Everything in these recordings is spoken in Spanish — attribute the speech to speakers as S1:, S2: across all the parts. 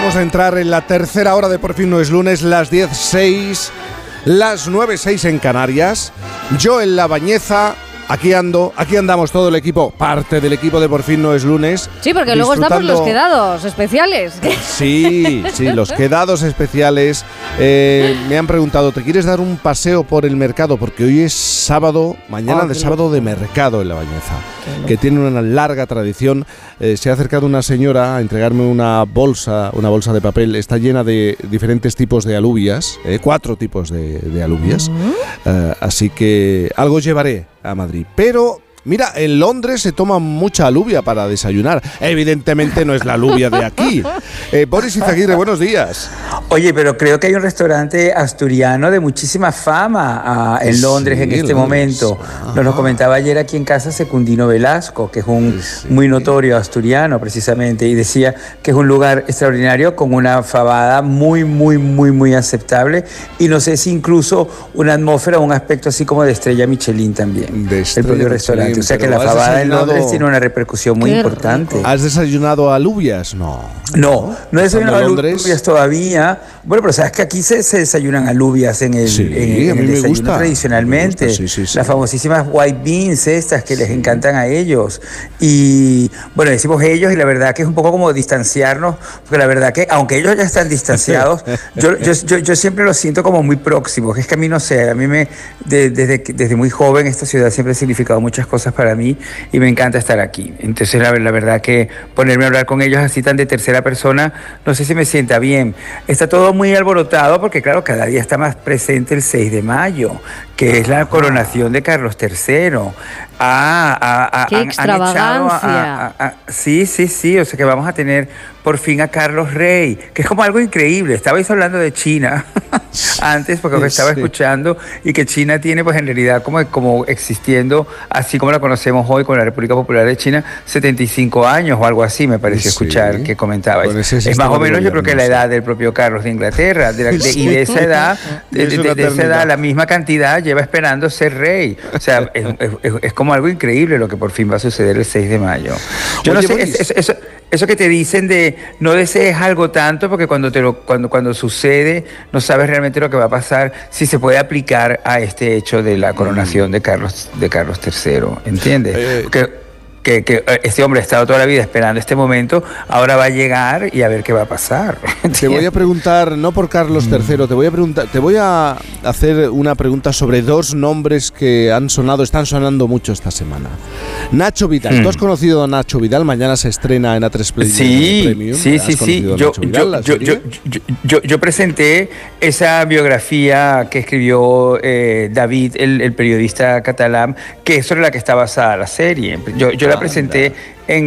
S1: Acabamos de entrar en la tercera hora de Por fin no es lunes, las 10:06, las 9:06 en Canarias. Yo en La Bañeza, aquí andamos todo el equipo, parte del equipo de Por fin no es lunes.
S2: Sí, porque luego estamos los quedados especiales.
S1: Sí, los quedados especiales. Me han preguntado, ¿te quieres dar un paseo por el mercado? Porque hoy es sábado, mañana de sábado de mercado en La Bañeza, que tiene una larga tradición. Se ha acercado una señora a entregarme una bolsa de papel. Está llena de diferentes tipos de alubias, 4 tipos de alubias. Así que algo llevaré a Madrid. Pero mira, en Londres se toma mucha alubia para desayunar. Evidentemente no es la alubia de aquí. Boris Izaguirre, buenos días.
S3: Oye, pero creo que hay un restaurante asturiano de muchísima fama en Londres en este momento. Nos lo comentaba ayer aquí en casa Secundino Velasco, que es un muy notorio asturiano precisamente, y decía que es un lugar extraordinario con una fabada muy aceptable, y no sé si incluso una atmósfera, un aspecto así como de estrella Michelin también. El propio restaurante. O sea que la fabada en Londres tiene una repercusión muy importante.
S1: ¿Has desayunado alubias? No
S3: he desayunado alubias todavía. Bueno, pero sabes que aquí se desayunan alubias en el desayuno tradicionalmente. Sí. Las famosísimas white beans estas que les encantan a ellos. Y bueno, decimos ellos, y la verdad que es un poco como distanciarnos, porque la verdad que aunque ellos ya están distanciados, yo siempre los siento como muy próximos. Es que a mí no sé, a mí desde muy joven esta ciudad siempre ha significado muchas cosas para mí y me encanta estar aquí. Entonces la verdad que ponerme a hablar con ellos así tan de tercera persona, no sé si me sienta bien. Está todo muy alborotado porque claro, cada día está más presente el 6 de mayo, que es la coronación de Carlos III.
S2: ¡Qué extravagancia!
S3: Sí, o sea que vamos a tener por fin a Carlos Rey, que es como algo increíble. Estabais hablando de China antes, porque os estaba escuchando, y que China tiene pues en realidad como existiendo, así como la conocemos hoy con la República Popular de China, 75 años o algo así, me pareció escuchar que comentabais. Es más o menos yo creo que la edad del propio Carlos de Inglaterra, y de esa edad, de esa edad, la misma cantidad lleva esperando ser rey. O sea, es como algo increíble lo que por fin va a suceder el 6 de mayo. Yo no sé, eso que te dicen de no desees algo tanto, porque cuando sucede no sabes realmente lo que va a pasar, si se puede aplicar a este hecho de la coronación de Carlos III, ¿entiendes? Que este hombre ha estado toda la vida esperando este momento, ahora va a llegar y a ver qué va a pasar.
S1: Te voy a preguntar, no por Carlos III, te voy a hacer una pregunta sobre 2 nombres que están sonando mucho esta semana. Nacho Vidal, ¿tú has conocido a Nacho Vidal? Mañana se estrena en A3 Premium.
S3: Sí. Yo presenté esa biografía que escribió David, el periodista catalán, que es sobre la que está basada la serie. Yo la presenté en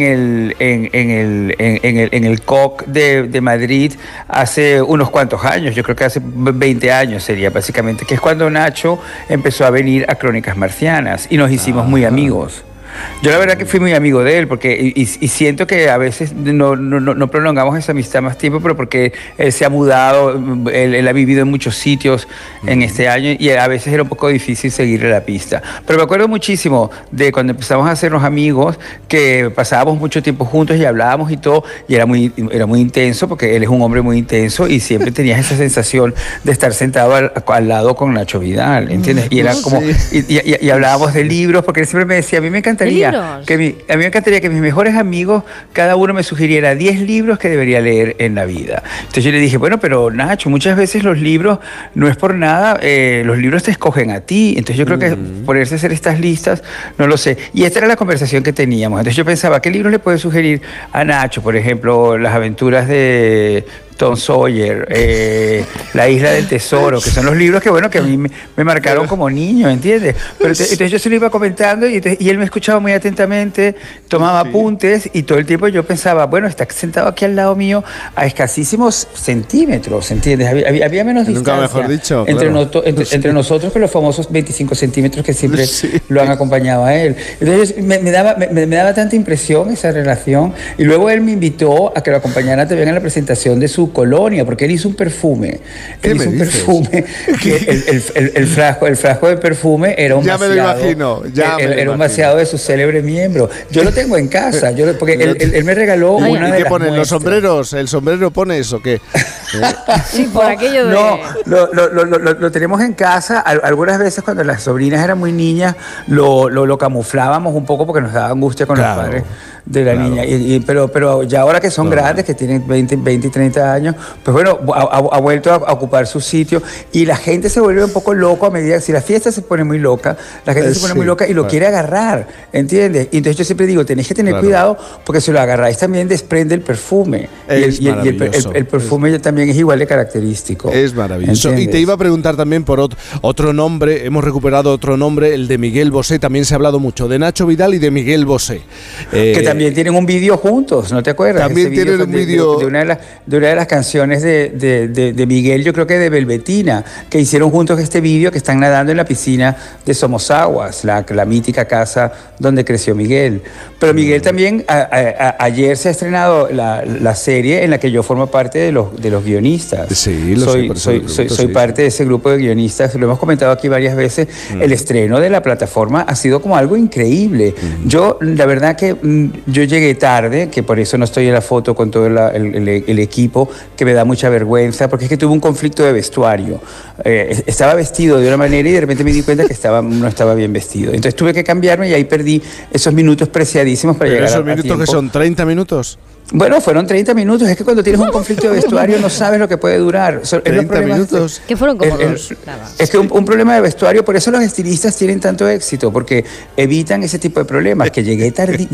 S3: el COC de Madrid hace unos cuantos años, yo creo que hace 20 años sería básicamente, que es cuando Nacho empezó a venir a Crónicas Marcianas y nos hicimos muy amigos. Yo la verdad que fui muy amigo de él porque y siento que a veces no prolongamos esa amistad más tiempo, pero porque él se ha mudado, él ha vivido en muchos sitios en este año y a veces era un poco difícil seguirle la pista. Pero me acuerdo muchísimo de cuando empezamos a hacernos amigos, que pasábamos mucho tiempo juntos y hablábamos y todo, y era muy intenso porque él es un hombre muy intenso y siempre tenías esa sensación de estar sentado al lado con Nacho Vidal, ¿entiendes? Y era como y hablábamos de libros, porque él siempre me decía, a mí me encantaría que mis mejores amigos, cada uno me sugiriera 10 libros que debería leer en la vida. Entonces yo le dije, bueno, pero Nacho, muchas veces los libros no es por nada, los libros te escogen a ti. Entonces yo creo que ponerse a hacer estas listas, no lo sé. Y esta era la conversación que teníamos. Entonces yo pensaba, ¿qué libros le puedo sugerir a Nacho? Por ejemplo, Las aventuras de Tom Sawyer, La isla del tesoro, que son los libros que a mí me marcaron como niño, ¿entiendes? Pero entonces yo se lo iba comentando y él me escuchaba muy atentamente, tomaba apuntes y todo el tiempo yo pensaba, bueno, está sentado aquí al lado mío a escasísimos centímetros, ¿entiendes? Había menos distancia.
S1: Nunca mejor dicho,
S3: entre nosotros que los famosos 25 centímetros que siempre lo han acompañado a él. Entonces me daba tanta impresión esa relación, y luego él me invitó a que lo acompañara también en la presentación de su su colonia, porque él hizo un perfume.
S1: Él hizo un perfume.
S3: El frasco de perfume era un vaciado.
S1: Ya me lo imagino.
S3: Era un vaciado de su célebre miembro. Yo lo tengo en casa, porque él me regaló una de las
S1: ¿Y qué ponen los
S3: muestras.
S1: sombreros? ¿El sombrero pone eso? ¿Qué?
S2: Sí, por aquello de...
S3: No, lo tenemos en casa. Algunas veces cuando las sobrinas eran muy niñas, lo camuflábamos un poco porque nos daba angustia con los padres de la niña. Pero ya ahora que son grandes, que tienen 20 y 30 años, pues bueno, ha vuelto a ocupar su sitio y la gente se vuelve un poco loco a medida, si la fiesta se pone muy loca, la gente se pone muy loca y lo quiere agarrar, ¿entiendes? Y entonces yo siempre digo, tenéis que tener cuidado porque si lo agarráis también desprende el perfume. Y el perfume también es igual de característico.
S1: Es maravilloso.
S3: ¿Entiendes?
S1: Y te iba a preguntar también por otro nombre, hemos recuperado otro nombre, el de Miguel Bosé. También se ha hablado mucho de Nacho Vidal y de Miguel Bosé.
S3: Que también tienen un vídeo juntos, ¿no te acuerdas?
S1: También tienen un vídeo
S3: de una de las canciones de Miguel, yo creo que de Velvetina, que hicieron juntos este vídeo, que están nadando en la piscina de Somosaguas, la mítica casa donde creció Miguel. Pero Miguel también, ayer se ha estrenado la serie en la que yo formo parte de los guionistas.
S1: Sí,
S3: soy parte de ese grupo de guionistas, lo hemos comentado aquí varias veces. El estreno de la plataforma ha sido como algo increíble. Yo, la verdad que yo llegué tarde, que por eso no estoy en la foto con todo el equipo, que me da mucha vergüenza, porque es que tuve un conflicto de vestuario. Estaba vestido de una manera y de repente me di cuenta que no estaba bien vestido. Entonces tuve que cambiarme y ahí perdí esos minutos preciadísimos para llegar a tiempo.
S1: ¿Esos minutos que son 30 minutos?
S3: Bueno, fueron 30 minutos. Es que cuando tienes un conflicto de vestuario no sabes lo que puede durar.
S1: 30 minutos.
S2: Que fueron como dos.
S3: Es que un problema de vestuario, por eso los estilistas tienen tanto éxito, porque evitan ese tipo de problemas. Que llegué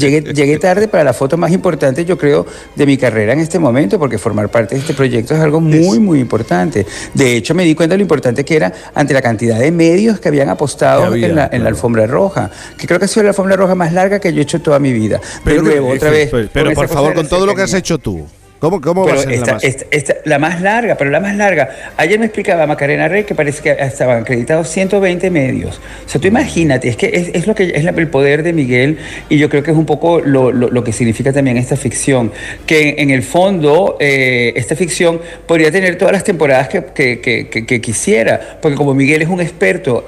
S3: tarde para la foto más importante, yo creo, de mi carrera en este momento, porque formar parte de este proyecto es algo muy, muy importante. De hecho, me di cuenta de lo importante que era ante la cantidad de medios que habían apostado en la alfombra roja, que creo que ha sido la alfombra roja más larga que yo he hecho toda mi vida.
S1: Pero por favor, con todo lo que has hecho tú, ¿Cómo va a ser
S3: la más larga? Pero la más larga. Ayer me explicaba Macarena Rey que parece que estaban acreditados 120 medios. O sea, tú imagínate, es que es lo que es el poder de Miguel, y yo creo que es un poco lo que significa también esta ficción. Que en el fondo, esta ficción podría tener todas las temporadas que quisiera, porque como Miguel es un experto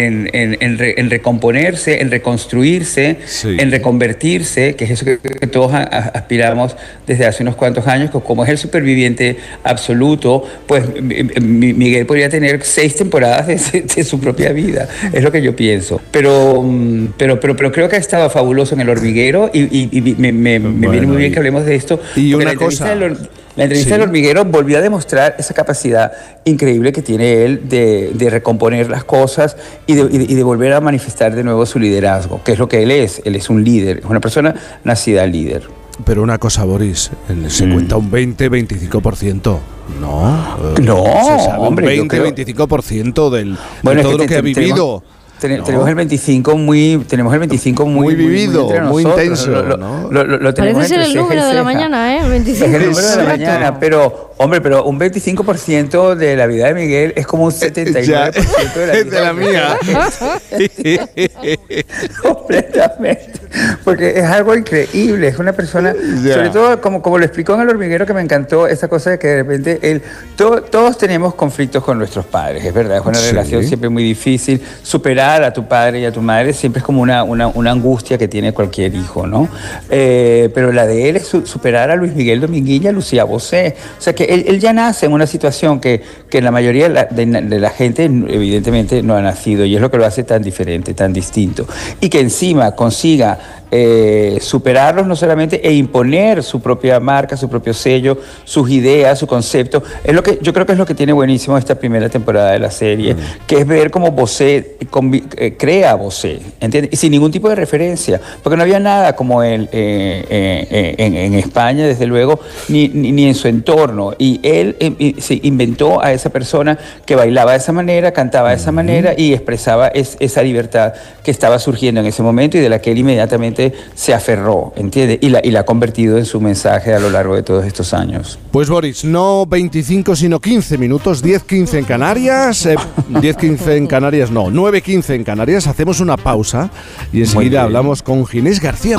S3: en recomponerse, en reconstruirse, sí, en reconvertirse, que es eso que todos aspiramos desde hace unos cuantos años, como es el superviviente absoluto, pues Miguel podría tener 6 temporadas de su propia vida, es lo que yo pienso. Pero creo que ha estado fabuloso en El Hormiguero y me viene muy bien que hablemos de esto.
S1: Y una cosa...
S3: La entrevista del Hormiguero volvió a demostrar esa capacidad increíble que tiene él de recomponer las cosas y de volver a manifestar de nuevo su liderazgo, que es lo que él es. Él es un líder, es una persona nacida líder.
S1: Pero una cosa, Boris, se cuenta un 20-25%. No,
S3: se
S1: sabe hombre, un 20-25% de todo lo que ha vivido.
S3: Tenemos el 25 muy
S1: vivido, muy intenso.
S3: Lo
S2: parece ser el número de la mañana, ¿eh? El 25.
S3: Es el número de la mañana, pero un 25% de la vida de Miguel es como un 79% de la mía. Completamente. Porque es algo increíble, es una persona, sobre todo como lo explicó en El Hormiguero, que me encantó esa cosa de que de repente todos tenemos conflictos con nuestros padres, es verdad, es una relación siempre muy difícil. Superar a tu padre y a tu madre siempre es como una angustia que tiene cualquier hijo, ¿no? Pero la de él es superar a Luis Miguel Dominguín y a Lucía Bosé. O sea que él ya nace en una situación que la mayoría de la gente evidentemente no ha nacido, y es lo que lo hace tan diferente, tan distinto. Y que encima consiga superarlos no solamente, e imponer su propia marca, su propio sello, sus ideas, su concepto. Es lo que yo creo que es lo que tiene buenísimo esta primera temporada de la serie, que es ver cómo Bosé crea a Bosé, ¿entiendes? Y sin ningún tipo de referencia, porque no había nada como él en España, desde luego, ni en su entorno. Y él se inventó a esa persona que bailaba de esa manera, cantaba de esa manera y expresaba esa libertad que estaba surgiendo en ese momento y de la que él inmediatamente se aferró, ¿entiendes? Y la ha convertido en su mensaje a lo largo de todos estos años.
S1: Pues Boris, no 25 sino 15 minutos, 10-15 en Canarias, 10-15 en Canarias no, 9-15 en Canarias. Hacemos una pausa y enseguida hablamos con Ginés García.